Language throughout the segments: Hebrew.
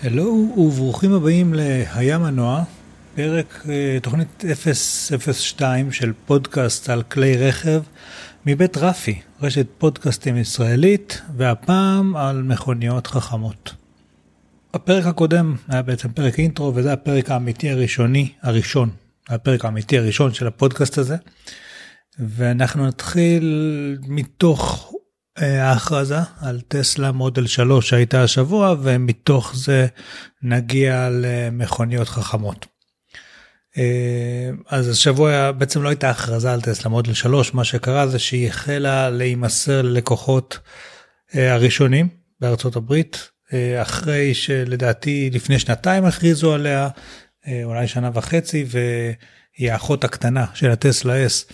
הלו וברוכים הבאים להיה מנוע, פרק תוכנית 002 של פודקאסט על כלי רכב מבית רפי, רשת פודקאסטים ישראלית, והפעם על מכוניות חכמות. הפרק הקודם היה בעצם פרק אינטרו, וזה הפרק האמיתי הראשון, הפרק האמיתי הראשון של הפודקאסט הזה, ואנחנו נתחיל מתוך ההכרזה על טסלה מודל 3 שהייתה השבוע, ומתוך זה נגיע למכוניות חכמות. אז השבוע בעצם לא הייתה הכרזה על טסלה מודל 3, מה שקרה זה שהיא החלה להימסר ללקוחות הראשונים בארצות הברית, אחרי שלדעתי לפני שנתיים הכריזו עליה, אולי שנה וחצי, והיא האחות הקטנה של הטסלה S.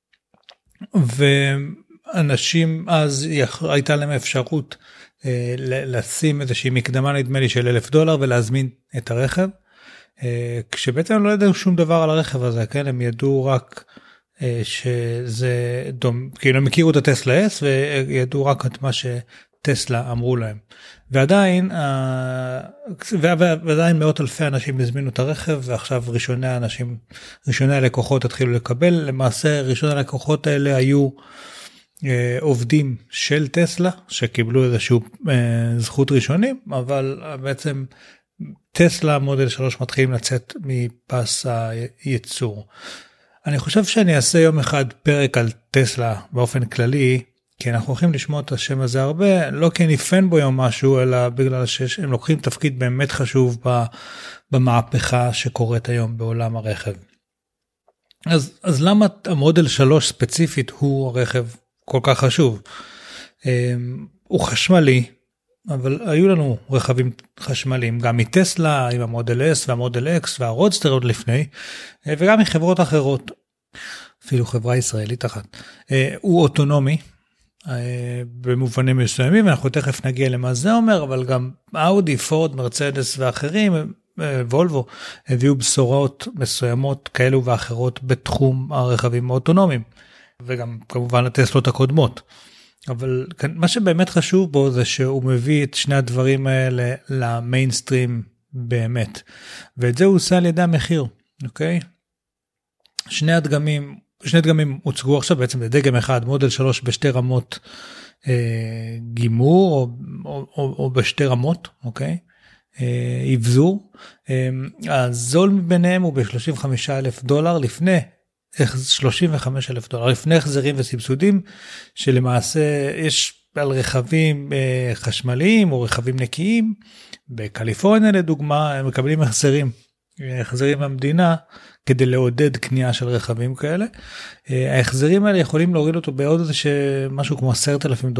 אנשים אז הייתה להם אפשרות לשים איזושהי מקדמה, נדמה לי של $1,000 ולהזמין את הרכב, כשבעצם הם לא ידעו שום דבר על הרכב הזה, כן? הם ידעו רק שזה דום, כאילו הם הכירו את הטסלה S וידעו רק את מה שטסלה אמרו להם. ועדיין מאות אלפי אנשים הזמינו את הרכב, ועכשיו ראשוני הלקוחות התחילו לקבל. למעשה ראשוני הלקוחות האלה היו עובדים של טסלה שקיבלו איזשהו זכות ראשונים, אבל בעצם טסלה מודל 3 מתחילים לצאת מפס הייצור. אני חושב שאני אעשה יום אחד פרק על טסלה באופן כללי, כי אנחנו הולכים לשמוע את השם הזה הרבה, לא כי אני פן בו יום משהו, אלא בגלל שהם לוקחים תפקיד באמת חשוב במהפכה שקורית היום בעולם הרכב. אז למה המודל 3 ספציפית הוא הרכב כל כך חשוב? הוא חשמלי, אבל היו לנו רכבים חשמליים, גם מטסלה, עם המודל S והמודל X והרודסטר עוד לפני, וגם מחברות אחרות, אפילו חברה ישראלית אחת. הוא אוטונומי, במובנים מסוימים, ואנחנו תכף נגיע למה זה אומר, אבל גם אאודי, פורד, מרצדס ואחרים, וולבו, הביאו בשורות מסוימות כאלו ואחרות בתחום הרכבים האוטונומיים, וגם כמובן הטסלות הקודמות. אבל מה שבאמת חשוב בו זה שהוא מביא את שני הדברים האלה למיינסטרים באמת, ואת זה הוא עושה על ידי המחיר, אוקיי? שני דגמים הוצגו עכשיו, בעצם לדגם אחד, מודל 3 בשתי רמות גימור, או בשתי רמות, אוקיי? אבזור. הזול ביניהם הוא $35,000 לפני $35,000 לפני החזרים וסבסודים, שלמעשה יש על רכבים חשמליים או רכבים נקיים. בקליפורניה לדוגמה הם מקבלים החזרים מהמדינה כדי לעודד קנייה של רכבים כאלה. ההחזרים האלה יכולים להוריד אותו בעוד איזה משהו כמו $10,000,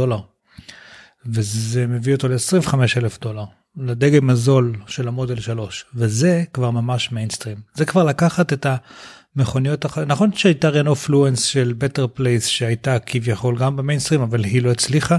וזה מביא אותו $25,000 לדגם הזול של המודל 3, וזה כבר ממש מיינסטרים. זה כבר לקחת את המכוניות, נכון שהייתה רנו פלואנס של בטר פלייס שהייתה כביכול גם במיינסטרים, אבל היא לא הצליחה,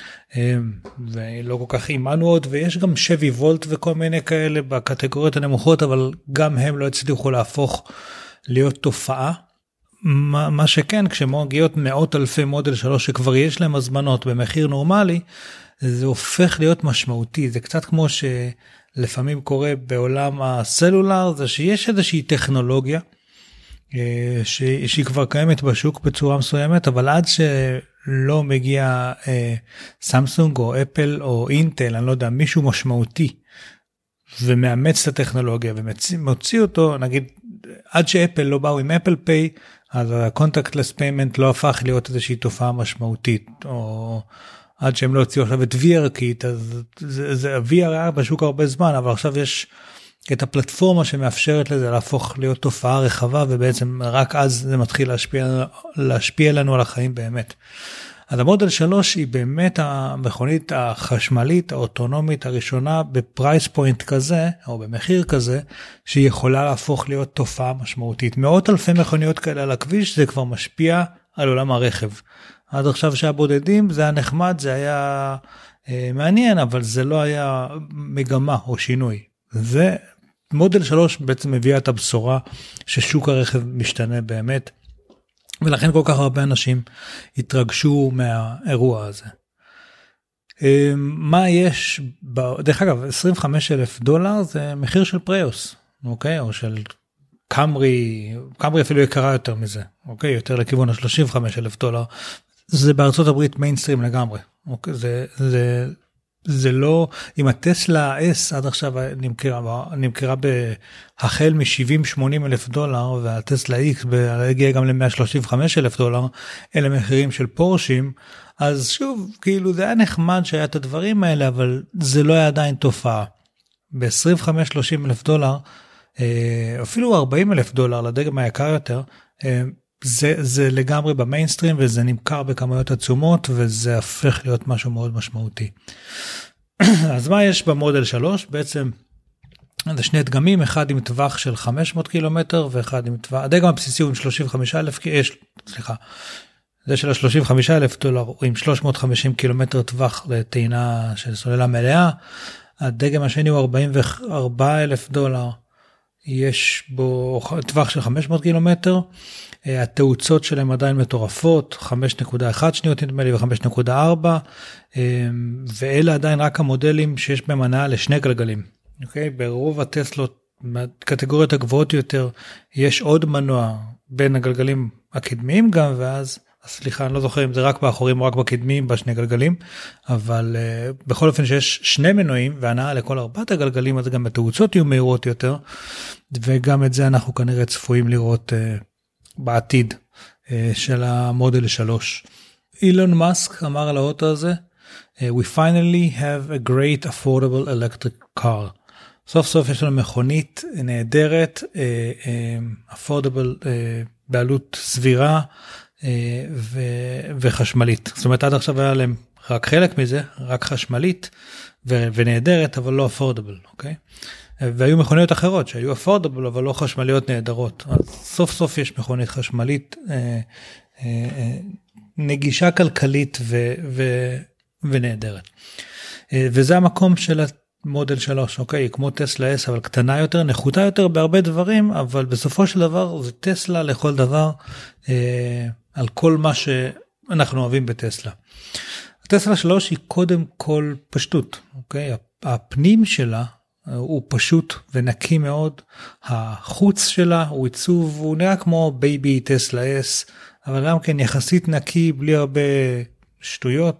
ולא כל כך אימנו עוד, ויש גם שווי וולט וכל מיני כאלה בקטגוריות הנמוכות, אבל גם הם לא הצליחו להפוך להיות תופעה. מה שכן, כשמגיעות מאות אלפי מודל 3 שכבר יש להם הזמנות במחיר נורמלי, זה הופך להיות משמעותי. זה קצת כמו שלפעמים קורה בעולם הסלולר, זה שיש איזושהי טכנולוגיה שהיא כבר קיימת בשוק בצורה מסוימת, אבל עד שלא מגיע סמסונג או אפל או אינטל, אני לא יודע, מישהו משמעותי ומאמץ את הטכנולוגיה ומוציא אותו, נגיד עד שאפל לא באו עם אפל פיי, אז ה-contactless payment לא הפך להיות איזושהי תופעה משמעותית, או עד שהם לא הוציאו עכשיו את VR-Kit, אז VR היה בשוק הרבה זמן, אבל עכשיו יש את הפלטפורמה שמאפשרת לזה להפוך להיות תופעה רחבה, ובעצם רק אז זה מתחיל להשפיע לנו על החיים באמת. אז המודל 3 היא באמת המכונית החשמלית, האוטונומית הראשונה בפרייס פוינט כזה, או במחיר כזה, שהיא יכולה להפוך להיות תופעה משמעותית. מאות אלפי מכוניות כאלה על הכביש, זה כבר משפיע על עולם הרכב. עד עכשיו שהבודדים, זה היה נחמד, זה היה מעניין, אבל זה לא היה מגמה או שינוי. זה מודל 3 בעצם מביאה את הבשורה ששוק הרכב משתנה באמת, ולכן כל כך הרבה אנשים התרגשו מהאירוע הזה. מה יש, דרך אגב, $25,000 זה מחיר של פריוס, אוקיי? או של קמרי אפילו יקרה יותר מזה, אוקיי? יותר לכיוון $35,000. זה בארצות הברית מיינסטרים לגמרי, אוקיי? זה לא, אם הטסלה S עד עכשיו נמכרה החל $70,000-80,000, והטסלה X הגיע גם $135,000, אלה מחירים של פורשים, אז שוב, כאילו זה היה נחמד שהיה את הדברים האלה, אבל זה לא היה עדיין תופעה. ב-$25,000-30,000, אפילו $40,000 לדגם היקר יותר, זה לגמרי במיינסטרים, וזה נמכר בכמויות עצומות, וזה הופך להיות משהו מאוד משמעותי. אז מה יש במודל 3? בעצם זה שני דגמים, אחד עם טווח של 500 קילומטר, ואחד עם טווח, הדגם הבסיסי הוא עם 35,000, זה של $35,000, הוא עם 350 קילומטר טווח לטעינה של סוללה מלאה, הדגם השני הוא $44,000, יש בו טווח של 500 קילומטר, התאוצות שלהם עדיין מטורפות, 5.1 שניות נדמה לי ו5.4, ואלה עדיין רק המודלים שיש בהם הנעה לשני גלגלים. אוקיי? ברוב הטסלות, בקטגוריות הגבוהות יותר, יש עוד מנוע בין הגלגלים הקדמיים גם, ואז, סליחה, אני לא זוכר אם זה רק באחורים או רק בקדמיים בשני גלגלים, אבל בכל אופן שיש שני מנועים, והנעה לכל 4 הגלגלים, אז גם התאוצות יהיו מהירות יותר, וגם את זה אנחנו כנראה צפויים לראות בעתיד של המודל 3. אילון מאסק אמר על האוטו הזה, We finally have a great affordable electric car. סוף סוף יש לנו מכונית נהדרת, affordable, בעלות סבירה וחשמלית. זאת אומרת, עד עכשיו היה להם רק חלק מזה, רק חשמלית ונהדרת, אבל לא affordable, אוקיי? והיו מכוניות אחרות שהיו affordable, אבל לא חשמליות נהדרות. אז סוף סוף יש מכונית חשמלית, נגישה כלכלית ונהדרת. וזה המקום של המודל 3, אוקיי? כמו טסלה S, אבל קטנה יותר, נחותה יותר בהרבה דברים, אבל בסופו של דבר זה טסלה לכל דבר, על כל מה שאנחנו אוהבים בטסלה. הטסלה 3 היא קודם כל פשטות, אוקיי? הפנים שלה, הוא פשוט ונקי מאוד, החוץ שלה הוא עיצוב, הוא נראה כמו בייבי טסלה S, אבל גם כן יחסית נקי, בלי הרבה שטויות,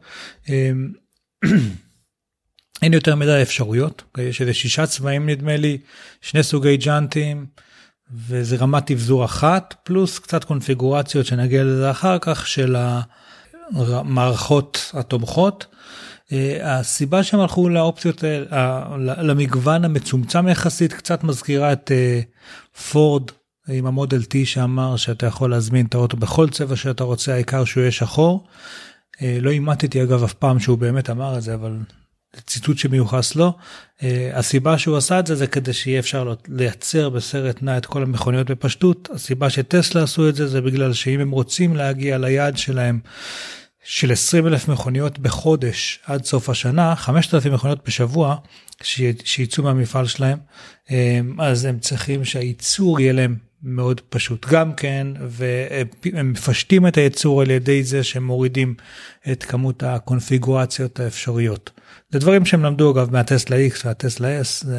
אין יותר מדי אפשרויות, יש איזה 6 צבעים נדמה לי, 2 סוגי ג'אנטים, וזה רמת תבזור אחת, פלוס קצת קונפיגורציות שנגיע לזה אחר כך, של המערכות התומכות, הסיבה שהם הלכו לאופציות, למגוון המצומצם יחסית, קצת מזכירה את פורד עם המודל T שאמר שאתה יכול להזמין את האוטו בכל צבע שאתה רוצה, העיקר שהוא יהיה שחור. לא אימתתי אגב אף פעם שהוא באמת אמר את זה, אבל זה ציטוט שמיוחס לו. הסיבה שהוא עשה את זה, זה כדי שיהיה אפשר לייצר בסרט נע את כל המכוניות בפשטות. הסיבה שטסלה עשו את זה, זה בגלל שאם הם רוצים להגיע ליעד שלהם, של 20,000 מכוניות בחודש עד סוף השנה, 5,000 מכוניות בשבוע שיצאו מהמפעל שלהם, אז הם צריכים שהייצור יהיה להם מאוד פשוט גם כן, והם מפשטים את הייצור על ידי זה שהם מורידים את כמות הקונפיגורציות האפשריות. זה דברים שהם למדו אגב מהטסלה X והטסלה S,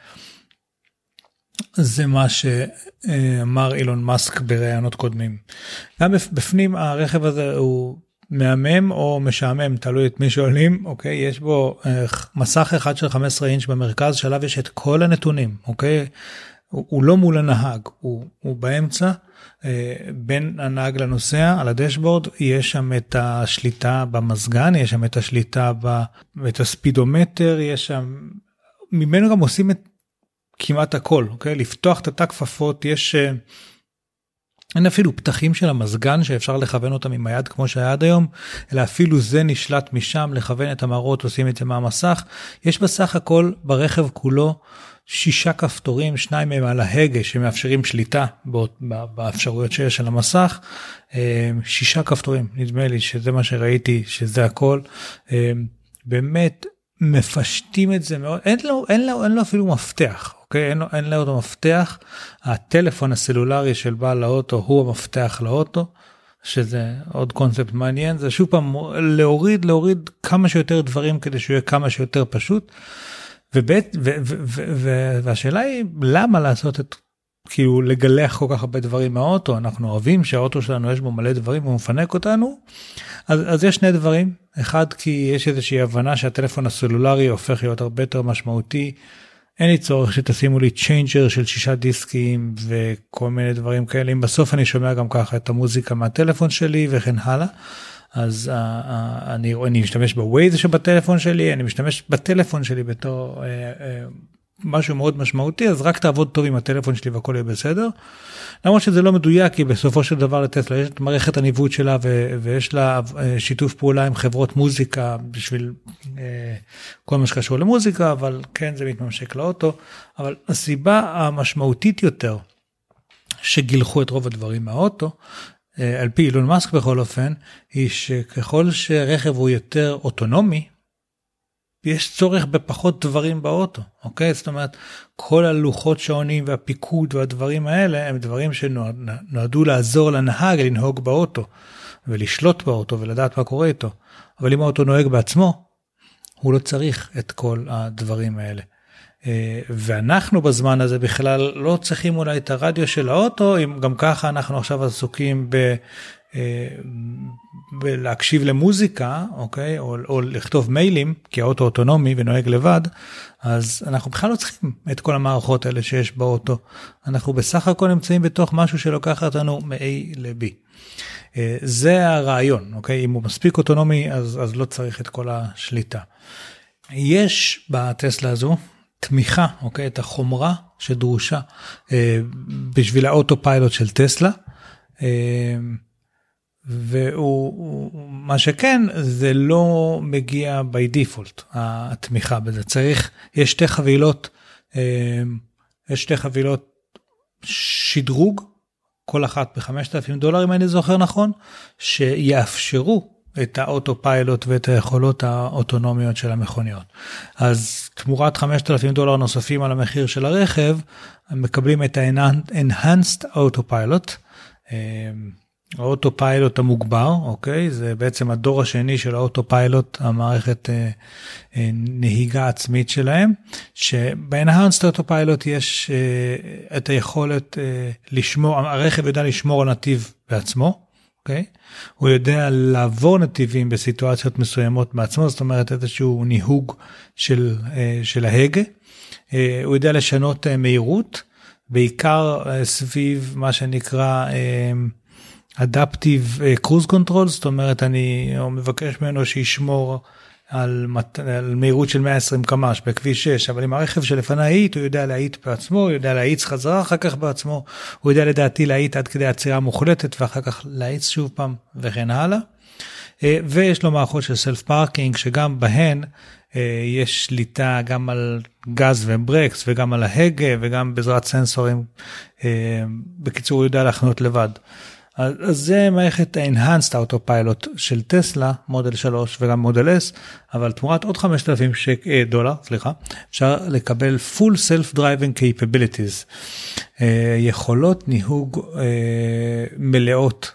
זה מה שאמר אילון מאסק בראיונות קודמים. גם בפנים הרכב הזה הוא מהמם או משעמם, תלוי את מי שואלים, אוקיי? יש בו מסך אחד של 15 אינץ' במרכז, שעליו יש את כל הנתונים, אוקיי? הוא לא מול הנהג, הוא באמצע, בין הנהג לנוסע, על הדשבורד, יש שם את השליטה במזגן, יש שם את השליטה, את הספידומטר, יש שם, ממנו גם עושים את כמעט הכל, אוקיי? לפתוח את התא כפפות, יש אין אפילו פתחים של המזגן שאפשר לכוון אותם עם היד כמו שהיה עד היום, אלא אפילו זה נשלט משם, לכוון את המראות, עושים את זה מהמסך. יש בסך הכל ברכב כולו 6 כפתורים, 2 מהם על ההגה שמאפשרים שליטה באפשרויות שיש על המסך, 6 כפתורים, נדמה לי שזה מה שראיתי, שזה הכל, באמת מפשטים את זה מאוד, אין לו אפילו מפתח, אוקיי? אין לו מפתח, הטלפון הסלולרי של בעל האוטו הוא המפתח לאוטו, שזה עוד קונספט מעניין, זה שוב פעם להוריד כמה שיותר דברים כדי שהוא יהיה כמה שיותר פשוט, והשאלה היא למה לעשות את, כאילו לגלח כל כך הרבה דברים מהאוטו, אנחנו אוהבים שהאוטו שלנו יש בו מלא דברים והוא מפנק אותנו, אז יש שני דברים, אחד כי יש איזושהי הבנה שהטלפון הסלולרי הופך להיות הרבה יותר משמעותי, אין לי צורך שתשימו לי צ'יינג'ר של 6 דיסקים וכל מיני דברים כאלה, אם בסוף אני שומע גם ככה את המוזיקה מהטלפון שלי וכן הלאה, אז אני משתמש בווייז שבטלפון שלי, אני משתמש בטלפון שלי בתור משהו מאוד משמעותי, אז רק תעבוד טוב עם הטלפון שלי והכל יהיה בסדר. למרות שזה לא מדויק, כי בסופו של דבר לטסלה יש את מערכת הניווט שלה, ויש לה שיתוף פעולה עם חברות מוזיקה, בשביל כל מה שקשור למוזיקה, אבל כן זה מתממשק לאוטו. אבל הסיבה המשמעותית יותר, שגילחו את רוב הדברים מהאוטו, על פי אילון מאסק בכל אופן, היא שככל שרכב הוא יותר אוטונומי, יש צורך בפחות דברים באוטו, אוקיי? זאת אומרת, כל הלוחות שעונים והפיקוד והדברים האלה, הם דברים שנועדו לעזור לנהג לנהוג באוטו, ולשלוט באוטו ולדעת מה קורה איתו. אבל אם האוטו נוהג בעצמו, הוא לא צריך את כל הדברים האלה. ואנחנו בזמן הזה בכלל לא צריכים אולי את הרדיו של האוטו, אם גם ככה אנחנו עכשיו עסוקים בלהקשיב למוזיקה, אוקיי? או לכתוב מיילים, כי האוטו אוטונומי ונוהג לבד, אז אנחנו בכלל לא צריכים את כל המערכות האלה שיש באוטו. אנחנו בסך הכל נמצאים בתוך משהו שלוקח אותנו מ-A ל-B. זה הרעיון, אוקיי? אם הוא מספיק אוטונומי, אז לא צריך את כל השליטה. יש בטסלה הזו תמיכה, אוקיי? את החומרה שדרושה בשביל האוטו פיילוט של טסלה, ומה שכן, זה לא מגיע by default, התמיכה בזה. צריך, יש שתי חבילות שדרוג, כל אחת ב$5,000, אם אני זוכר נכון, שיאפשרו את האוטו פיילוט ואת היכולות האוטונומיות של המכוניות. אז תמורת $5,000 נוספים על המחיר של הרכב, מקבלים את ה-Enhanced Autopilot, האוטו פיילוט המוגבר, אוקיי? זה בעצם הדור השני של האוטו פיילוט, המערכת נהיגה עצמית שלהם, שב-Enhanced Auto Pilot יש את היכולת לשמור, הרכב יודע לשמור על נתיב בעצמו, אוקיי? הוא יודע לעבור נתיבים בסיטואציות מסוימות בעצמו, זאת אומרת איזשהו ניהוג של ההגה, הוא יודע לשנות מהירות, בעיקר סביב מה שנקרא Adaptive Cruise Control, זאת אומרת אני מבקש ממנו שישמור על מהירות של 120 קמ"ש בכביש 6, אבל אם הרכב שלפני האיט, הוא יודע להאיט בעצמו, הוא יודע להאיץ חזרה אחר כך בעצמו, הוא יודע לדעתי להאיט עד כדי עצירה מוחלטת, ואחר כך להאיץ שוב פעם וכן הלאה. ויש לו מערכות של סלף פארקינג, שגם בהן יש שליטה גם על גז וברקס, וגם על ההגה, וגם בעזרת סנסורים. בקיצור, הוא יודע להחנות לבד. אז זה מערכת ה-Enhanced Autopilot של טסלה, מודל 3 וגם מודל S, אבל תמורת עוד $5,000, אפשר לקבל Full Self-Driving Capabilities, יכולות ניהוג מלאות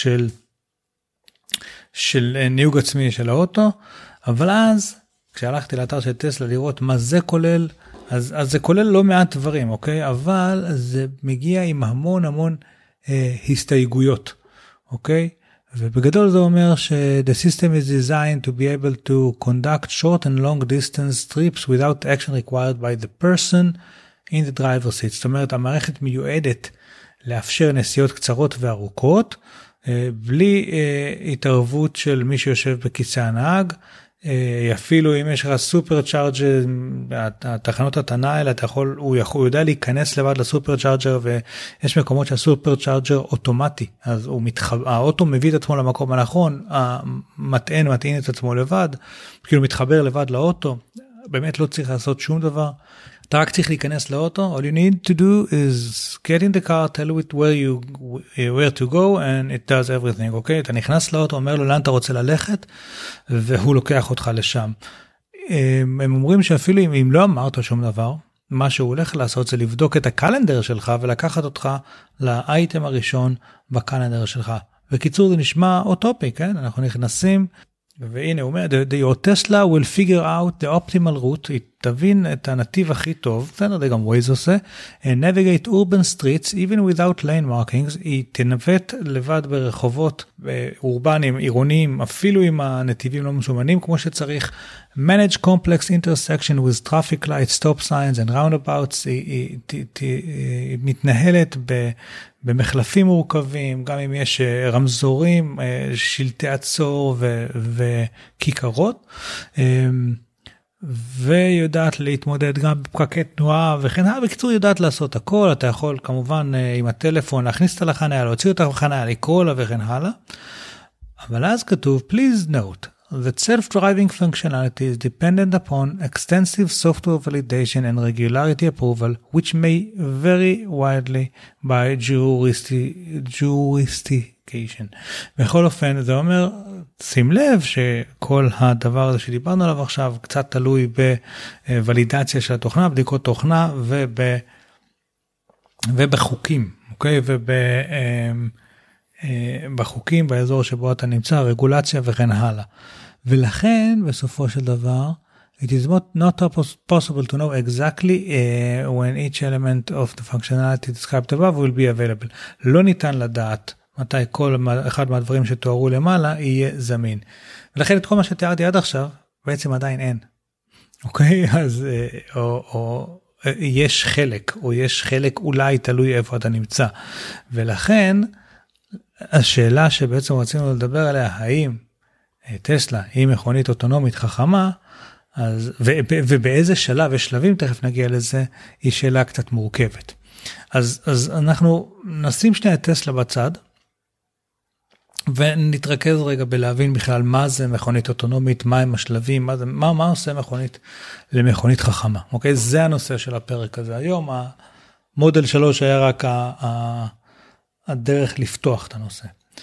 של ניהוג עצמי של האוטו, אבל אז, כשהלכתי לאתר של טסלה לראות מה זה כולל, אז זה כולל לא מעט דברים, אוקיי? אבל זה מגיע עם המון הסתייגויות, אוקיי? ובגדול זה אומר the system is designed to be able to conduct short and long distance trips without action required by the person in the driver's seat. זאת אומרת, המערכת מיועדת לאפשר נסיעות קצרות וארוכות, בלי התערבות של מי שיושב בכיסא הנהג, אפילו אם יש לך סופר צ'ארג'ר, התחנות התנה האלה, הוא יודע להיכנס לבד לסופר צ'ארג'ר, ויש מקומות שהסופר צ'ארג'ר אוטומטי, אז האוטו מביא את עצמו למקום הנכון, המטען מטעין את עצמו לבד, כאילו מתחבר לבד לאוטו, באמת לא צריך לעשות שום דבר, אתה רק צריך להיכנס לאוטו, all you need to do is get in the car, tell it where to go, and it does everything, אוקיי? אתה נכנס לאוטו, אומר לו לאן אתה רוצה ללכת, והוא לוקח אותך לשם. הם אומרים שאפילו אם לא אמרת שום דבר, מה שהוא הולך לעשות זה לבדוק את הקלנדר שלך, ולקחת אותך לאייטם הראשון בקלנדר שלך. בקיצור זה נשמע אוטופי, כן? אנחנו נכנסים, והנה הוא אומר, your Tesla will figure out the optimal route, היא תבין את הנתיב הכי טוב, זה גם Waze עושה, and navigate urban streets, even without lane markings, היא תנווט לבד ברחובות אורבניים, עירוניים, אפילו עם הנתיבים לא משומנים, כמו שצריך, manage complex intersection with traffic lights, stop signs and roundabouts, היא מתנהלת במחלפים מורכבים, גם אם יש רמזורים, שלטי עצור וכיכרות, ויודעת להתמודד גם בפקקי תנועה וכן הלאה. בקיצור יודעת לעשות הכל, אתה יכול כמובן עם הטלפון להכניס אותה לחניה, להוציא אותה לחניה, לקרוא לה וכן הלאה. אבל אז כתוב, please note that self-driving functionality is dependent upon extensive software validation and regularity approval, which may vary widely by jurisdiction. בכל אופן, זה אומר, שים לב שכל הדבר הזה שדיברנו עליו עכשיו, קצת תלוי בוולידציה של התוכנה, בדיקות תוכנה ובחוקים, אוקיי? בחוקים, באזור שבו אתה נמצא, רגולציה וכן הלאה. ולכן, בסופו של דבר, it is not possible to know exactly when each element of the functionality described above will be available. לא ניתן לדעת מתי כל אחד מהדברים שתוארו למעלה יהיה זמין. ולכן את כל מה שתיארתי עד עכשיו, בעצם עדיין אין. אוקיי? אז, או יש חלק אולי תלוי איפה אתה נמצא. ולכן, השאלה שבעצם רצינו לדבר עליה, האם טסלה היא מכונית אוטונומית חכמה, ובאיזה שלב, יש שלבים, תכף נגיע לזה, היא שאלה קצת מורכבת. אז אנחנו נשים שנייה את טסלה בצד, ונתרכז רגע בלהבין בכלל מה זה מכונית אוטונומית, מה הם השלבים, מה עושה מכונית למכונית חכמה. אוקיי? זה הנושא של הפרק הזה. היום המודל 3 היה רק הדרך לפתוח את הנושא.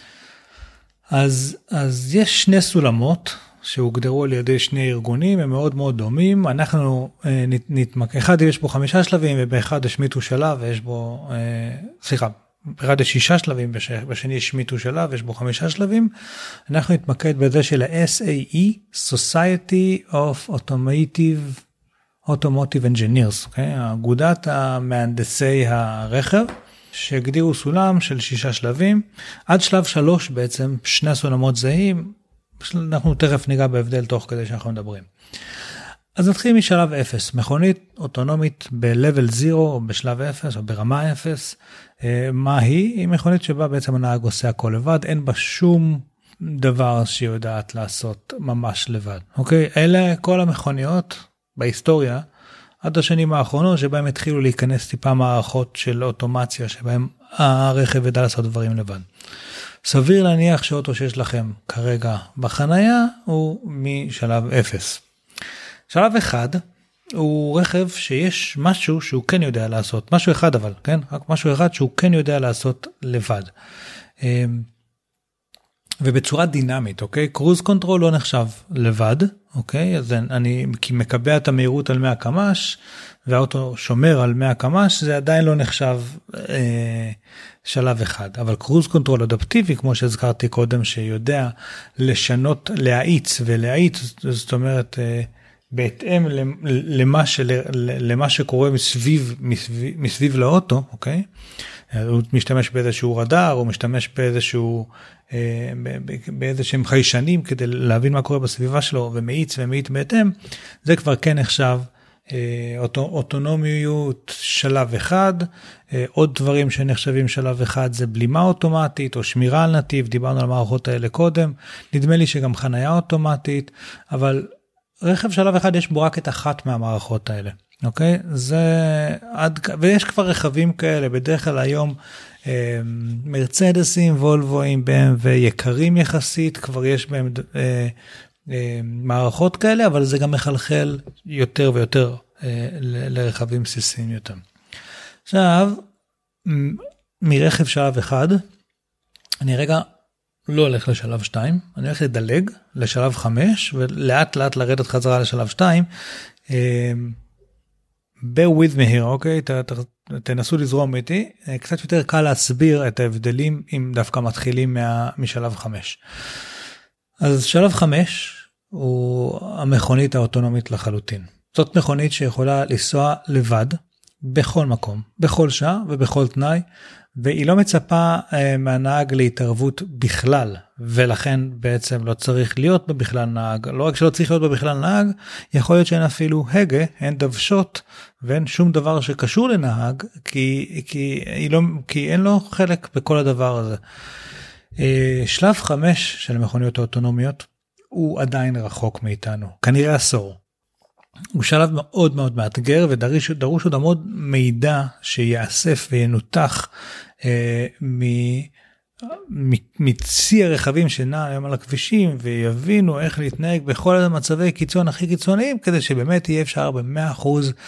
אז יש שני סולמות שהוגדרו על ידי שני ארגונים, הם מאוד מאוד דומים. אנחנו נתמקד, אחד יש בו 5 שלבים, ובאחד השמיטו שלב, ויש בו, באחד יש 6 שלבים, בשני יש שמיטו שלב, ויש בו 5 שלבים. אנחנו נתמקד בזה של ה-SAE, Society of Automotive Engineers, okay? אגודת המהנדסי הרכב, שהגדירו סולם של 6 שלבים, עד שלב 3 בעצם, 2 סולמות זהים, אנחנו תכף ניגע בהבדל תוך כדי שאנחנו מדברים. אז נתחיל משלב 0, מכונית אוטונומית ב-level 0, או בשלב 0, או ברמה 0, מה היא? היא מכונית שבה בעצם הנהג עושה הכל לבד, אין בה שום דבר שהיא יודעת לעשות ממש לבד. אוקיי? אלה כל המכוניות בהיסטוריה, עד השנים האחרונות שבהם התחילו להיכנס טיפה מערכות של אוטומציה, שבהם הרכב ידע לעשות דברים לבד. סביר להניח שאוטו שיש לכם כרגע בחנייה הוא משלב 0. שלב 1 הוא רכב שיש משהו שהוא כן יודע לעשות, משהו אחד אבל, כן? רק משהו אחד שהוא כן יודע לעשות לבד. ובצורה דינמית, אוקיי? קרוז קונטרול לא נחשב לבד, אוקיי? אז אני מקבע את המהירות על 100 קמ"ש, והאוטו שומר על 100 קמ"ש, זה עדיין לא נחשב שלב 1. אבל קרוז קונטרול אדפטיבי, כמו שהזכרתי קודם, שיודע לשנות, להאיץ ולהאיץ, זאת אומרת, בהתאם למה שקורה מסביב לאוטו, אוקיי? הוא משתמש באיזשהו רדאר, הוא משתמש באיזשהם חיישנים כדי להבין מה קורה בסביבה שלו, ומאיץ בהתאם, זה כבר כן נחשב אוטונומיות שלב 1, עוד דברים שנחשבים שלב 1 זה בלימה אוטומטית או שמירה על נתיב, דיברנו על המערכות האלה קודם, נדמה לי שגם חנייה אוטומטית, אבל רכב שלב 1 יש בו רק את אחת מהמערכות האלה. אוקיי? ויש כבר רכבים כאלה, בדרך כלל היום מרצדסים, וולבואים, BMW יקרים יחסית, כבר יש בהם מערכות כאלה, אבל זה גם מחלחל יותר ויותר לרכבים בסיסיים יותר. עכשיו, מרכב שלב 1, אני רגע לא הולך לשלב 2, אני הולך לדלג לשלב 5, ולאט לאט לרדת חזרה לשלב 2, bear with me here, אוקיי? תנסו לזרום איתי, קצת יותר קל להסביר את ההבדלים אם דווקא מתחילים משלב 5. אז שלב 5 הוא המכונית האוטונומית לחלוטין. זאת מכונית שיכולה לנסוע לבד, בכל מקום, בכל שעה ובכל תנאי, והיא לא מצפה מהנהג להתערבות בכלל, ולכן בעצם לא צריך להיות בה בכלל נהג. לא רק שלא צריך להיות בה בכלל נהג, יכול להיות שאין אפילו הגה, אין דוושות, ואין שום דבר שקשור לנהג, כי אין לו חלק בכל הדבר הזה. שלב 5 של המכוניות האוטונומיות, הוא עדיין רחוק מאיתנו, כנראה עשור. הוא שלב מאוד מאוד מאתגר, ודרוש עוד המון מידע שיאסף וינותח מצי הרכבים שנע היום על הכבישים, ויבינו איך להתנהג בכל המצבי קיצון הכי קיצוניים, כדי שבאמת יהיה אפשר ב100%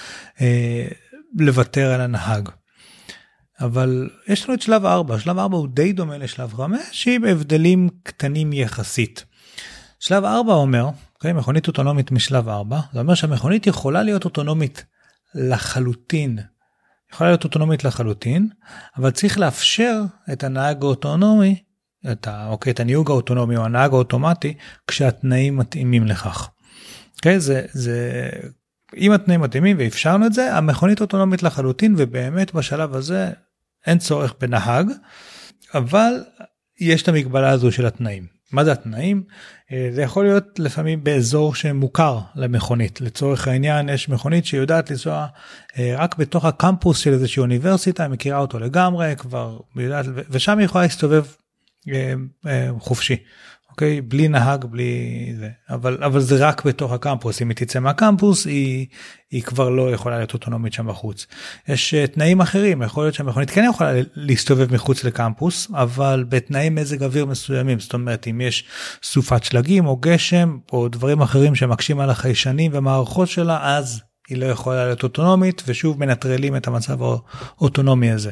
לוותר על הנהג. אבל יש לנו את שלב 4, שלב 4 הוא די דומה לשלב 5, עם הבדלים קטנים יחסית. שלב 4 אומר, מכונית אוטונומית משלב 4, זה אומר שהמכונית יכולה להיות אוטונומית לחלוטין, אבל צריך לאפשר את הנהג האוטונומי, את הניהוג האוטונומי או הנהג האוטומטי, כשהתנאים מתאימים לכך. אם התנאים מתאימים ואפשרנו את זה, המכונית אוטונומית לחלוטין, ובאמת בשלב הזה אין צורך בנהג, אבל יש את המגבלה הזו של התנאים. מה זה התנאים? זה יכול להיות לפעמים באזור שמוכר למכונית. לצורך העניין יש מכונית שיודעת לנסוע רק בתוך הקמפוס של איזושהי אוניברסיטה, היא מכירה אותו לגמרי, כבר יודעת, ושם היא יכולה להסתובב חופשי. אוקיי? בלי נהג, בלי זה. אבל זה רק בתוך הקמפוס. אם היא תצא מהקמפוס, היא כבר לא יכולה להיות אוטונומית שם בחוץ. יש תנאים אחרים. יכול להיות שהמכונית כן יכולה להסתובב מחוץ לקמפוס, אבל בתנאי מזג אוויר מסוימים. זאת אומרת, אם יש סופת שלגים או גשם, או דברים אחרים שמקשים על החיישנים ומערכות שלה, אז היא לא יכולה להיות אוטונומית, ושוב מנטרלים את המצב האוטונומי הזה.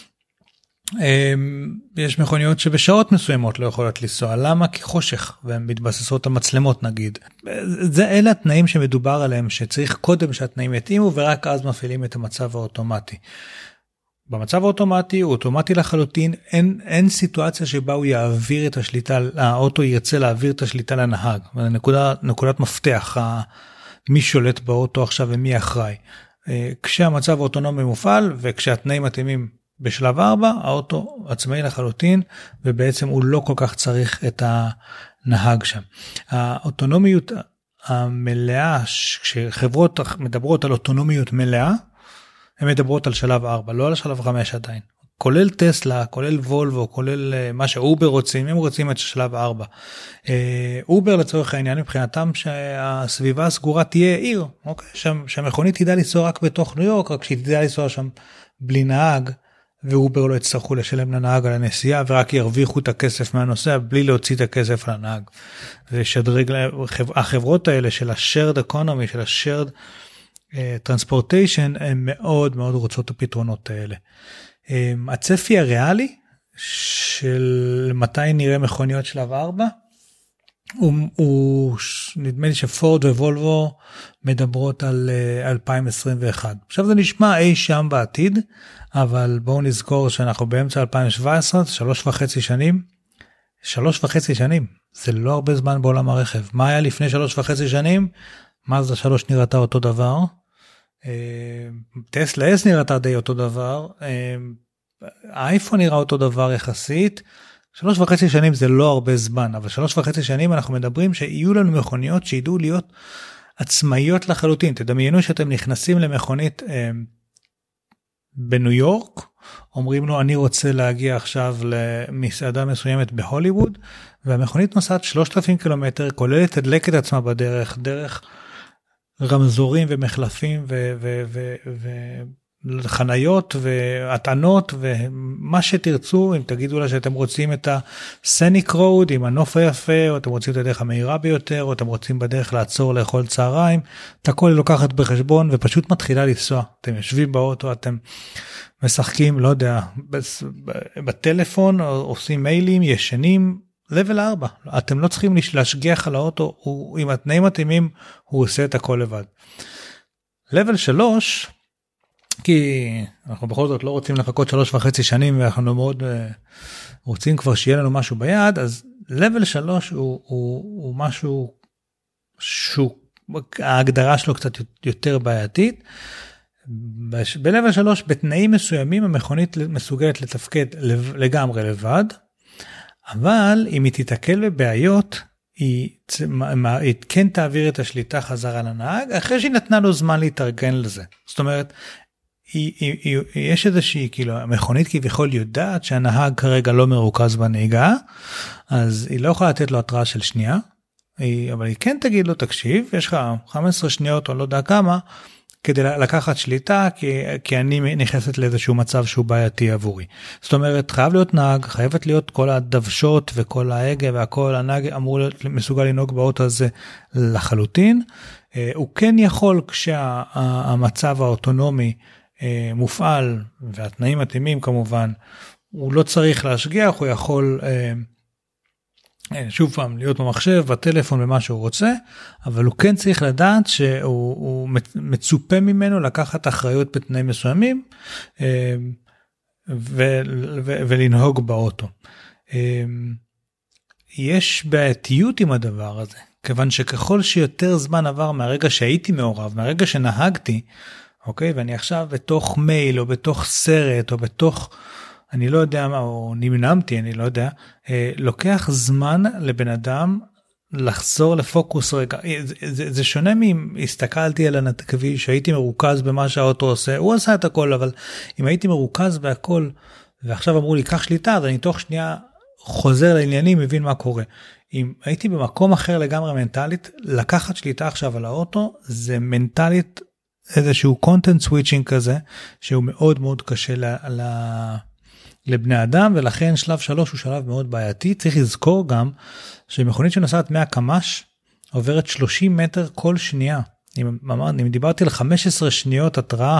יש מכוניות שבשעות מסוימות לא יכולות לנסוע. למה? כי חושך, והן מתבססות המצלמות נגיד. אלה התנאים שמדובר עליהם, שצריך קודם שהתנאים יתאימו, ורק אז מפעילים את המצב האוטומטי. במצב האוטומטי, הוא אוטומטי לחלוטין, אין סיטואציה שבה הוא יעביר את השליטה, האוטו ירצה להעביר את השליטה לנהג. נקודת מפתח, מי שולט באוטו עכשיו ומי אחראי. כשהמצב האוטונומי מופעל, וכשהתנאים מתאימים בשלב 4, האוטו עצמאי לחלוטין, ובעצם הוא לא כל כך צריך את הנהג שם. האוטונומיות המלאה, כשחברות מדברות על אוטונומיות מלאה, הן מדברות על שלב 4, לא על שלב 5 עדיין. כולל טסלה, כולל וולבו, כולל מה שאובר רוצים, הם רוצים את שלב 4. אובר לצורך העניין, מבחינתם שהסביבה הסגורה תהיה עיר, אוקיי? שהמכונית תדע לנסוע רק בתוך ניו יורק, רק שהיא תדע לנסוע שם בלי נהג, ואובר לא יצטרכו לשלם לנהג על הנסיעה, ורק ירוויחו את הכסף מהנוסע, בלי להוציא את הכסף על הנהג. ושדרג, החברות האלה של ה-shared economy, של ה-shared transportation, הן מאוד מאוד רוצות את הפתרונות האלה. הצפי הריאלי, של מתי נראה מכוניות שלב 4, נדמה לי שפורד ווולבו מדברות על 2021. עכשיו זה נשמע אי שם בעתיד, אבל בואו נזכור שאנחנו באמצע 2017, 3.5 שנים. 3.5 שנים, זה לא הרבה זמן בעולם הרכב. מה היה לפני 3.5 שנים? מזדה 3 נראתה אותו דבר. טסלה S נראתה די אותו דבר. האייפון נראה אותו דבר יחסית. 3.5 שנים זה לא הרבה זמן, אבל 3.5 שנים אנחנו מדברים שיהיו לנו מכוניות שידעו להיות עצמאיות לחלוטין. תדמיינו שאתם נכנסים למכונית בניו יורק, אומרים לו אני רוצה להגיע עכשיו למסעדה מסוימת בהוליווד, והמכונית נוסעת 3,000 קילומטר, כוללת תדלק את עצמה בדרך, דרך רמזורים ומחלפים חניות והטענות ומה שתרצו. אם תגידו לה שאתם רוצים את הסניק רוד עם הנוף היפה, או אתם רוצים את הדרך המהירה ביותר, או אתם רוצים בדרך לעצור לאכול צהריים, את הכל לוקחת בחשבון ופשוט מתחילה לנסוע. אתם יושבים באוטו, אתם משחקים, לא יודע, בטלפון, או עושים מיילים, ישנים, level 4. אתם לא צריכים להשגיח על האוטו, עם התנאים מתאימים הוא עושה את הכל לבד. level 3, כי אנחנו בכל זאת לא רוצים לחכות 3.5 שנים, ואנחנו מאוד רוצים כבר שיהיה לנו משהו ביד, אז level 3 הוא משהו ההגדרה שלו קצת יותר בעייתית. ב-level 3 בתנאים מסוימים המכונית מסוגלת לתפקד לגמרי לבד, אבל אם היא תתקל בבעיות, היא כן תעביר את השליטה חזרה לנהג, אחרי שהיא נתנה לו זמן להתארגן לזה. זאת אומרת, יש איזושהי, כאילו, המכונית כביכול יודעת שהנהג כרגע לא מרוכז בנהיגה, אז היא לא יכולה לתת לו התראה של שנייה, אבל היא כן תגיד לו, תקשיב, יש לך 15 שניות או לא יודע כמה, כדי לקחת שליטה, כי אני נכנסת לאיזשהו מצב שהוא בעייתי עבורי. זאת אומרת, חייב להיות נהג, חייבת להיות כל הדוושות וכל ההגה והכל, הנהג אמור להיות מסוגל לנהוג באוטו הזה לחלוטין. הוא כן יכול כשהמצב האוטונומי מופעל, והתנאים מתאימים כמובן, הוא לא צריך להשגיח, הוא יכול שוב פעם להיות במחשב, בטלפון, במה שהוא רוצה, אבל הוא כן צריך לדעת שהוא מצופה ממנו לקחת אחריות בתנאים מסוימים, ולנהוג באוטו. יש בעייתיות עם הדבר הזה, כיוון שככל שיותר זמן עבר מהרגע שהייתי מעורב, מהרגע שנהגתי, אוקיי, ואני עכשיו בתוך מייל, או בתוך סרט, או בתוך אני לא יודע מה, או נמנמתי, אני לא יודע, לוקח זמן לבן אדם לחזור לפוקוס רגע. זה שונה אם הסתכלתי על הכביש, שהייתי מרוכז במה שהאוטו עושה, הוא עשה את הכל, אבל אם הייתי מרוכז בהכל, ועכשיו אמרו לי, קח שליטה, אז אני תוך שנייה חוזר לעניינים, מבין מה קורה. אם הייתי במקום אחר לגמרי מנטלית, לקחת שליטה עכשיו על האוטו, זה מנטלית איזשהו content switching כזה, שהוא מאוד מאוד קשה לבני אדם, ולכן שלב 3 הוא שלב מאוד בעייתי. צריך לזכור גם שמכונית שנוסעת 100 קמ"ש עוברת 30 מטר כל שנייה. אם דיברתי על 15 שניות התראה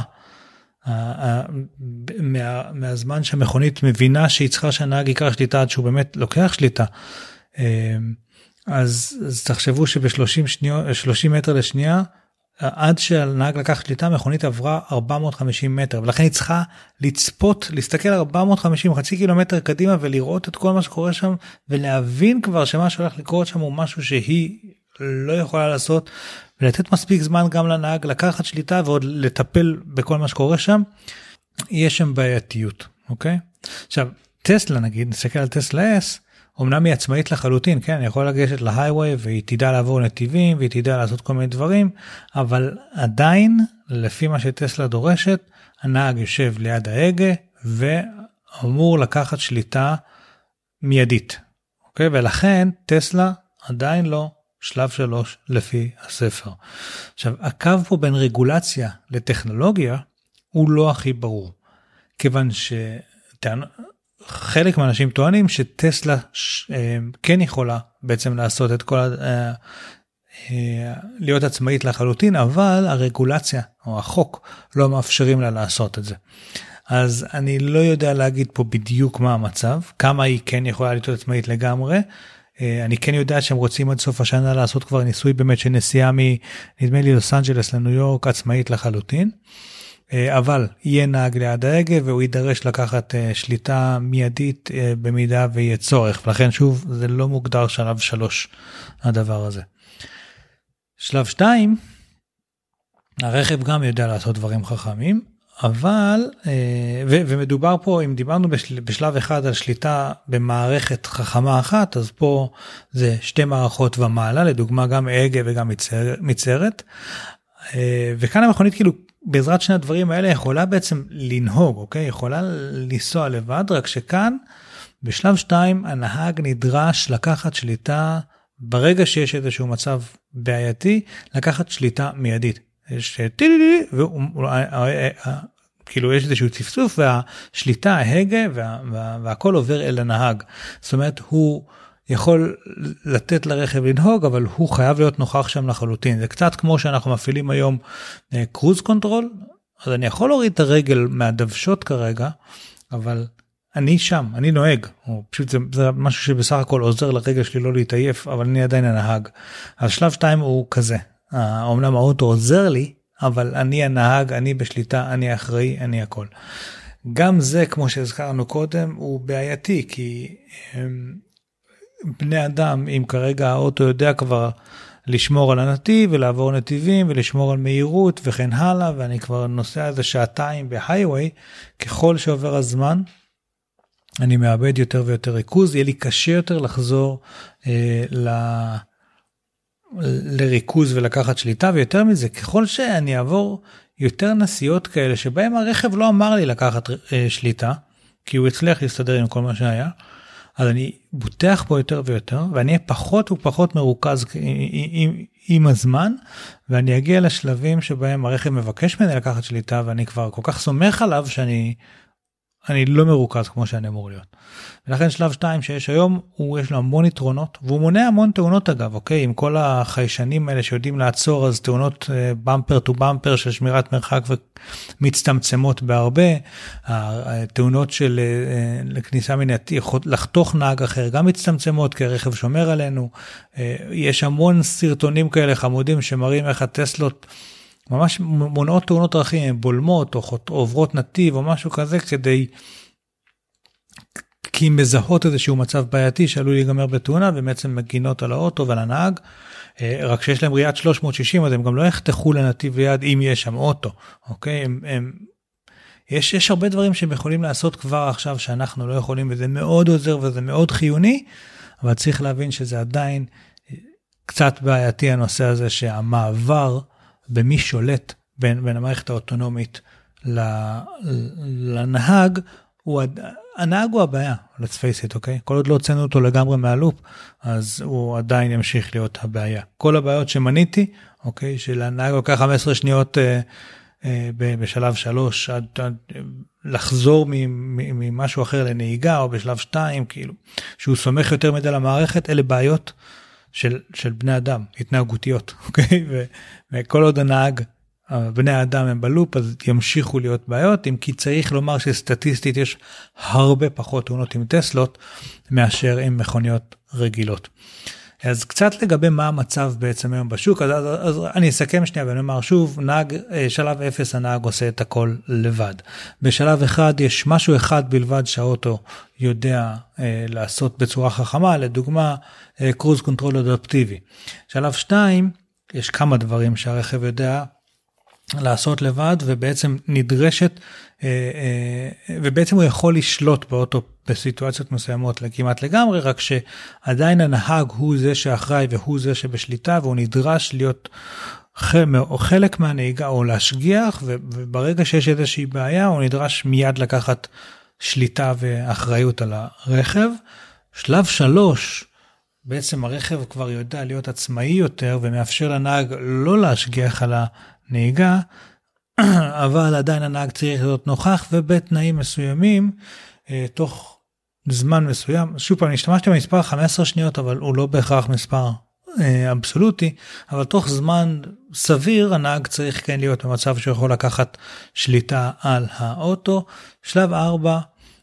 מהזמן שהמכונית מבינה שהיא צריכה שהנהג ייקח שליטה עד שהוא באמת לוקח שליטה, אז תחשבו שב-30 מטר לשנייה, עד שהנהג לקח שליטה, מכונית עברה 450 מטר, ולכן היא צריכה לצפות, להסתכל 450, חצי קילומטר קדימה, ולראות את כל מה שקורה שם, ולהבין כבר שמה שהולך לקרות שם הוא משהו שהיא לא יכולה לעשות, ולתת מספיק זמן גם לנהג לקחת שליטה, ועוד לטפל בכל מה שקורה שם. יש שם בעייתיות, אוקיי? עכשיו, טסלה נגיד, נסתכל על טסלה S, אמנם היא עצמאית לחלוטין, כן, אני יכול לגשת להייווי, והיא תדע לעבור נתיבים, והיא תדע לעשות כל מיני דברים, אבל עדיין, לפי מה שטסלה דורשת, הנהג יושב ליד ההגה, ואמור לקחת שליטה מיידית. אוקיי? ולכן, טסלה עדיין לא שלב 3 לפי הספר. עכשיו, הקו פה בין רגולציה לטכנולוגיה, הוא לא הכי ברור. כיוון חלק מהאנשים טוענים שטסלה כן יכולה בעצם לעשות את כל להיות עצמאית לחלוטין, אבל הרגולציה או החוק לא מאפשרים לה לעשות את זה. אז אני לא יודע להגיד פה בדיוק מה המצב, כמה היא כן יכולה להיות עצמאית לגמרי. אני כן יודע שהם רוצים עד סוף השנה לעשות כבר ניסוי באמת של נסיעה נדמה לי לוס אנג'לס לניו יורק עצמאית לחלוטין. אבל יהיה נהג ליד ההגה והוא יידרש לקחת שליטה מיידית במידה ויהיה צורך, ולכן שוב זה לא מוגדר שלב 3 הדבר הזה. שלב 2, הרכב גם יודע לעשות דברים חכמים, אבל ומדובר פה, אם דיברנו בשלב 1 על שליטה במערכת חכמה אחת, אז פה זה 2 מערכות ומעלה, לדוגמה גם הגה וגם מצרת, וכאן המכונית כאילו בעזרת שני הדברים האלה יכולה בעצם לנהוג, אוקיי? יכולה לנסוע לבד, רק שכאן בשלב 2 הנהג נדרש לקחת שליטה ברגע שיש איזשהו מצב בעייתי, לקחת שליטה מיידית. יש כאילו יש איזשהו צפצוף והשליטה, ההגה והכל עובר אל הנהג. זאת אומרת, הוא יכול לתת לרכב לנהוג, אבל הוא חייב להיות נוכח שם לחלוטין. זה קצת כמו שאנחנו מפעילים היום קרוז קונטרול, אז אני יכול להוריד את הרגל מהדוושות כרגע, אבל אני שם, אני נוהג. פשוט זה משהו שבסך הכל עוזר לרגל שלי לא להתעייף, אבל אני עדיין הנהג. אז שלב 2 הוא כזה. אומנם האוטו עוזר לי, אבל אני הנהג, אני בשליטה, אני אחראי, אני הכל. גם זה, כמו שהזכרנו קודם, הוא בעייתי, כי בני אדם, אם כרגע האוטו יודע כבר לשמור על הנתיב ולעבור נתיבים ולשמור על מהירות וכן הלאה, ואני כבר נוסע איזה שעתיים בהייווי, ככל שעובר הזמן, אני מאבד יותר ויותר ריכוז, יהיה לי קשה יותר לחזור לריכוז ולקחת שליטה, ויותר מזה, ככל שאני אעבור יותר נסיעות כאלה, שבהם הרכב לא אמר לי לקחת שליטה, כי הוא הצליח להסתדר עם כל מה שהיה, אז אני בוטח בו יותר ויותר, ואני אהיה פחות ופחות מרוכז עם הזמן, ואני אגיע לשלבים שבהם הרכב מבקש ממני לקחת שליטה, ואני כבר כל כך סומך עליו שאני לא מרוכז כמו שאני אמור להיות. ולכן שלב 2 שיש היום, יש לו המון יתרונות, והוא מונע המון תאונות אגב, אוקיי? עם כל החיישנים האלה שיודעים לעצור, אז תאונות במפר טו במפר של שמירת מרחק ומצטמצמות בהרבה, התאונות של כניסה מנתיב, לחתוך נהג אחר, גם מצטמצמות, כי הרכב שומר עלינו. יש המון סרטונים כאלה חמודים שמראים איך הטסלות ממש מונעות תאונות דרכים, הן בולמות או עוברות נתיב או משהו כזה, כי מזהות איזשהו מצב בעייתי שעלול להיגמר בתאונה, ובעצם מגינות על האוטו ועל הנהג, רק שיש להם ראיית 360, אז הם גם לא יחתכו לנתיב ליד אם יש שם אוטו, אוקיי? יש הרבה דברים שהם יכולים לעשות כבר עכשיו שאנחנו לא יכולים, וזה מאוד עוזר וזה מאוד חיוני, אבל צריך להבין שזה עדיין קצת בעייתי הנושא הזה שהמעבר במי שולט בין המערכת האוטונומית לנהג, הנהג הוא הבעיה, let's face it, אוקיי? כל עוד לא הוצאנו אותו לגמרי מהלופ, אז הוא עדיין ימשיך להיות הבעיה. כל הבעיות שמניתי, אוקיי, שלנהג לוקח 15 שניות בשלב 3, עד לחזור ממשהו אחר לנהיגה, או בשלב 2, כאילו, שהוא סומך יותר מדי למערכת, אלה בעיות של בני אדם, התנהגותיות, אוקיי? וכל עוד הנהג, בני האדם הם בלופ, אז ימשיכו להיות בעיות, אם כי צריך לומר שסטטיסטית יש הרבה פחות תאונות עם טסלות, מאשר עם מכוניות רגילות. אז קצת לגבי מה המצב בעצם היום בשוק, אז אני אסכם שנייה ואני אומר שוב, שלב 0 הנהג עושה את הכל לבד. בשלב 1 יש משהו אחד בלבד שהאוטו יודע לעשות בצורה חכמה, לדוגמה קרוז קונטרול אדפטיבי. שלב 2 יש כמה דברים שהרכב יודע לעשות לבד, ובעצם נדרשת, ובעצם הוא יכול לשלוט באוטו בסיטואציות מסוימות כמעט לגמרי, רק שעדיין הנהג הוא זה שאחראי והוא זה שבשליטה, והוא נדרש להיות חלק מהנהיגה או להשגיח, וברגע שיש איזושהי בעיה הוא נדרש מיד לקחת שליטה ואחריות על הרכב. שלב 3, בעצם הרכב כבר יודע להיות עצמאי יותר, ומאפשר לנהג לא להשגיח על הנהיגה, אבל עדיין הנהג צריך להיות נוכח, ובתנאים מסוימים, תוך זמן מסוים, שוב פעם, השתמשתי במספר 15 שניות, אבל הוא לא בהכרח מספר אבסולוטי, אבל תוך זמן סביר, הנהג צריך כן להיות במצב שיכול לקחת שליטה על האוטו. שלב 4,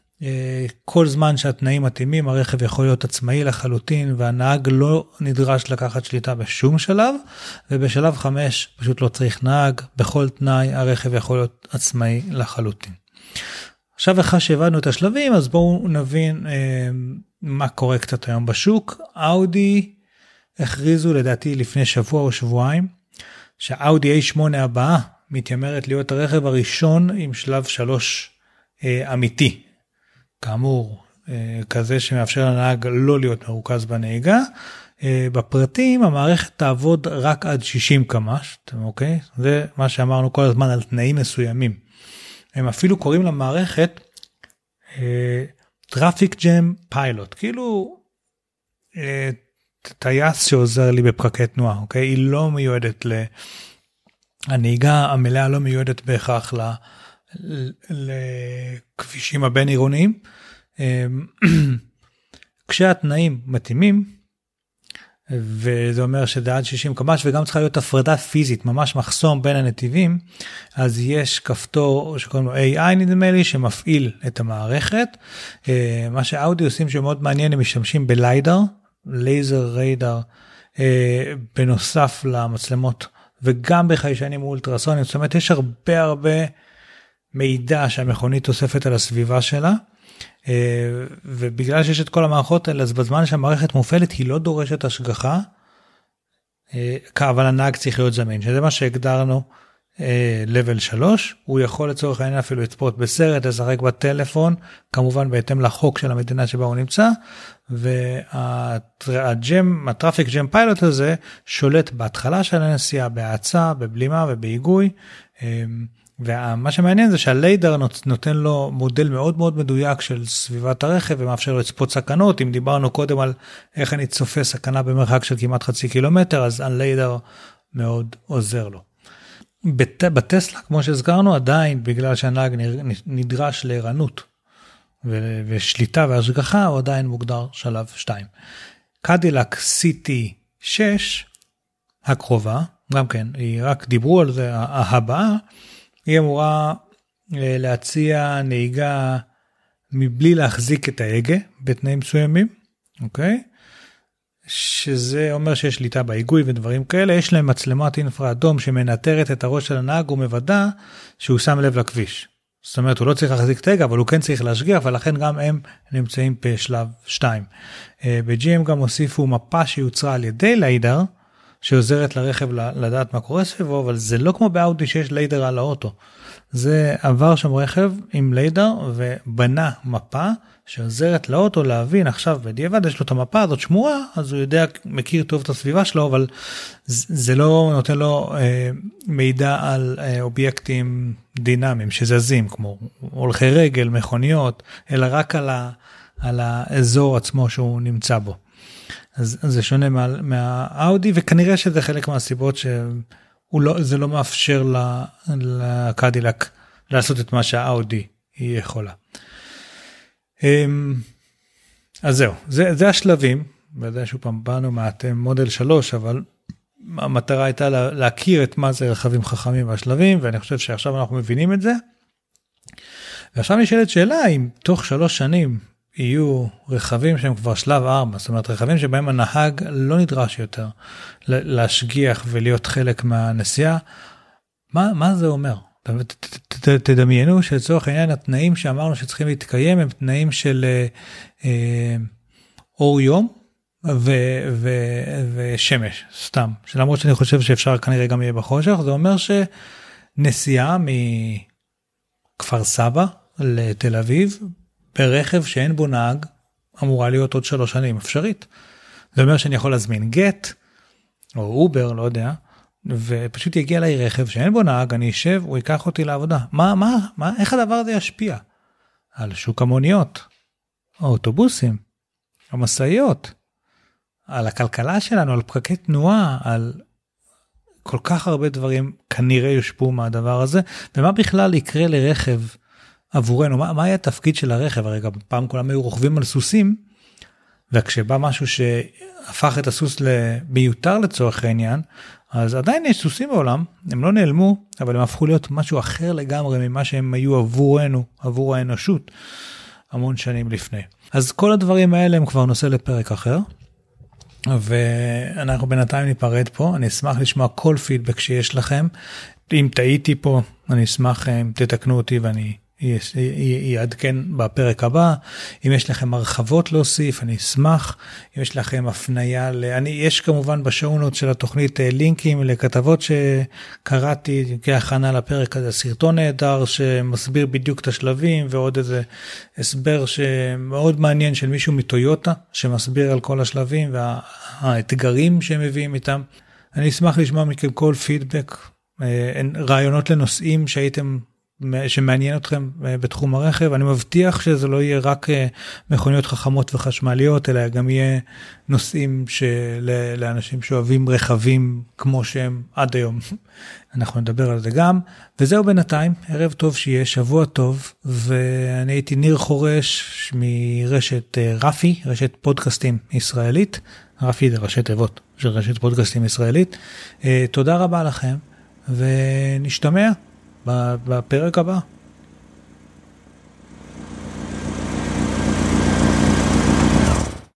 כל זמן שהתנאים מתאימים, הרכב יכול להיות עצמאי לחלוטין, והנהג לא נדרש לקחת שליטה בשום שלב, ובשלב 5 פשוט לא צריך נהג, בכל תנאי הרכב יכול להיות עצמאי לחלוטין. עכשיו אחרי שהבנו את השלבים, אז בואו נבין מה קורה קצת היום בשוק. אאודי הכריזו לדעתי לפני שבוע או שבועיים, שהאאודי A8 הבאה מתיימרת להיות הרכב הראשון עם שלב 3 אמיתי. כאמור, כזה שמאפשר לנהג לא להיות מרוכז בנהיגה. בפרטים המערכת תעבוד רק עד 60 קמ"ש, אוקיי? זה מה שאמרנו כל הזמן על תנאים מסוימים. הם אפילו קוראים למערכת Traffic Jam Pilot, כאילו טייס שעוזר לי בפקקי תנועה, אוקיי? היא לא מיועדת הנהיגה המלאה לא מיועדת בהכרח לכבישים הבין עירוניים. כשהתנאים מתאימים, וזה אומר שזה עד 60 קמ"ש, וגם צריכה להיות הפרדה פיזית, ממש מחסום בין הנתיבים, אז יש כפתור שקוראים לו AI נדמה לי, שמפעיל את המערכת. מה שאאודי עושים שמאוד מעניין, הם משתמשים בליידר, לייזר ריידר, בנוסף למצלמות וגם בחיישנים אולטרסונים, זאת אומרת יש הרבה מידע שהמכונית אוספת על הסביבה שלה, ובגלל שיש את כל המערכות האלה, אז בזמן שהמערכת מופעלת היא לא דורשת השגחה, אבל הנהג צריך להיות זמין, שזה מה שהגדרנו level 3, הוא יכול לצורך העניין אפילו לצפות בסרט, לשחק בטלפון, כמובן בהתאם לחוק של המדינה שבה הוא נמצא, והטראפיק ג'ם פיילוט הזה שולט בהתחלה של הנסיעה, בהאצה, בבלימה ובהיגוי, ומה שמעניין זה שהליידר נותן לו מודל מאוד מאוד מדויק של סביבת הרכב, ומאפשר לו לצפות סכנות. אם דיברנו קודם על איך אני צופה סכנה במרחק של כמעט חצי קילומטר, אז הליידר מאוד עוזר לו. בטסלה, כמו שהזכרנו, עדיין בגלל שהנהג נדרש לערנות ושליטה והשגחה, הוא עדיין מוגדר שלב 2. קדילק CT6 הקרובה, גם כן, היא רק דיברו על זה, הבאה, היא אמורה להציע נהיגה מבלי להחזיק את ההגה בתנאים מסוימים, אוקיי? שזה אומר שיש שליטה בהיגוי ודברים כאלה, יש להם מצלמת אינפרה אדום שמנטרת את הראש של הנהג ומוודא שהוא שם לב לכביש. זאת אומרת, הוא לא צריך להחזיק את ההגה, אבל הוא כן צריך להשגיח, ולכן גם הם נמצאים בשלב 2. ב-GM גם הוסיפו מפה שיוצרה על ידי ליידר, שעוזרת לרכב לדעת מה קורה סביבו, אבל זה לא כמו באאודי שיש ליידר על האוטו. זה עבר שם רכב עם ליידר ובנה מפה שעוזרת לאוטו להבין עכשיו בדיעבד, יש לו את המפה הזאת שמורה, אז הוא יודע, מכיר טוב את הסביבה שלו, אבל זה לא נותן לו מידע על אובייקטים דינמיים שזזים, כמו הולכי רגל, מכוניות, אלא רק על האזור עצמו שהוא נמצא בו. אז זה שונה מהאאודי, וכנראה שזה חלק מהסיבות שזה לא מאפשר לקדילק לעשות את מה שהאאודי היא יכולה. אז זהו, זה השלבים, בוודאי שהוא פעם באנו מודל 3, אבל המטרה הייתה להכיר את מה זה רכבים חכמים והשלבים, ואני חושב שעכשיו אנחנו מבינים את זה. ועכשיו נשאלת שאלה, אם תוך 3 שנים, יהיו רכבים שהם כבר שלב 4, זאת אומרת רכבים שבהם הנהג לא נדרש יותר להשגיח ולהיות חלק מהנסיעה, מה זה אומר? תדמיינו שלצורך העניין התנאים שאמרנו שצריכים להתקיים הם תנאים של אור יום ושמש, סתם, שלמרות שאני חושב שאפשר כנראה גם יהיה בחושך, זה אומר שנסיעה מכפר סבא לתל אביב, ברכב שאין בו נהג, אמורה להיות עוד 3 שנים אפשרית. זה אומר שאני יכול להזמין גט, או אובר, לא יודע, ופשוט יגיע לי רכב שאין בו נהג, אני אשב, הוא ייקח אותי לעבודה. איך הדבר הזה ישפיע? על שוק המוניות, האוטובוסים, המשאיות, על הכלכלה שלנו, על פקקי תנועה, על כל כך הרבה דברים כנראה יושפעו מהדבר הזה, ומה בכלל יקרה לרכב עבורנו, מה היה התפקיד של הרכב? הרי גם פעם כולם היו רוכבים על סוסים, וכשבא משהו שהפך את הסוס למיותר לצורך העניין, אז עדיין יש סוסים בעולם, הם לא נעלמו, אבל הם הפכו להיות משהו אחר לגמרי ממה שהם היו עבורנו, עבור האנושות, המון שנים לפני. אז כל הדברים האלה הם כבר נושא לפרק אחר, ואנחנו בינתיים ניפרד פה, אני אשמח לשמוע כל פידבק שיש לכם, אם טעיתי פה, אני אשמח אם תתקנו אותי ואני יעדכן בפרק הבא. אם יש לכם הרחבות להוסיף, אני אשמח. אם יש לכם הפניה, יש כמובן בשואונות של התוכנית לינקים לכתבות שקראתי כהכנה לפרק הזה, סרטון נהדר שמסביר בדיוק את השלבים, ועוד איזה הסבר שמאוד מעניין של מישהו מטויוטה, שמסביר על כל השלבים והאתגרים שהם מביאים איתם. אני אשמח לשמוע מכם כל פידבק, רעיונות לנושאים שמעניין אתכם בתחום הרכב. אני מבטיח שזה לא יהיה רק מכוניות חכמות וחשמליות, אלא גם יהיה נושאים לאנשים שאוהבים רכבים כמו שהם עד היום. אנחנו נדבר על זה גם. וזהו בינתיים, ערב טוב שיהיה, שבוע טוב, ואני הייתי ניר חורש מרשת רפי, רשת פודקאסטים ישראלית. רפי זה ראשי תיבות של רשת פודקאסטים ישראלית. תודה רבה לכם, ונשתמע בפרק הבא.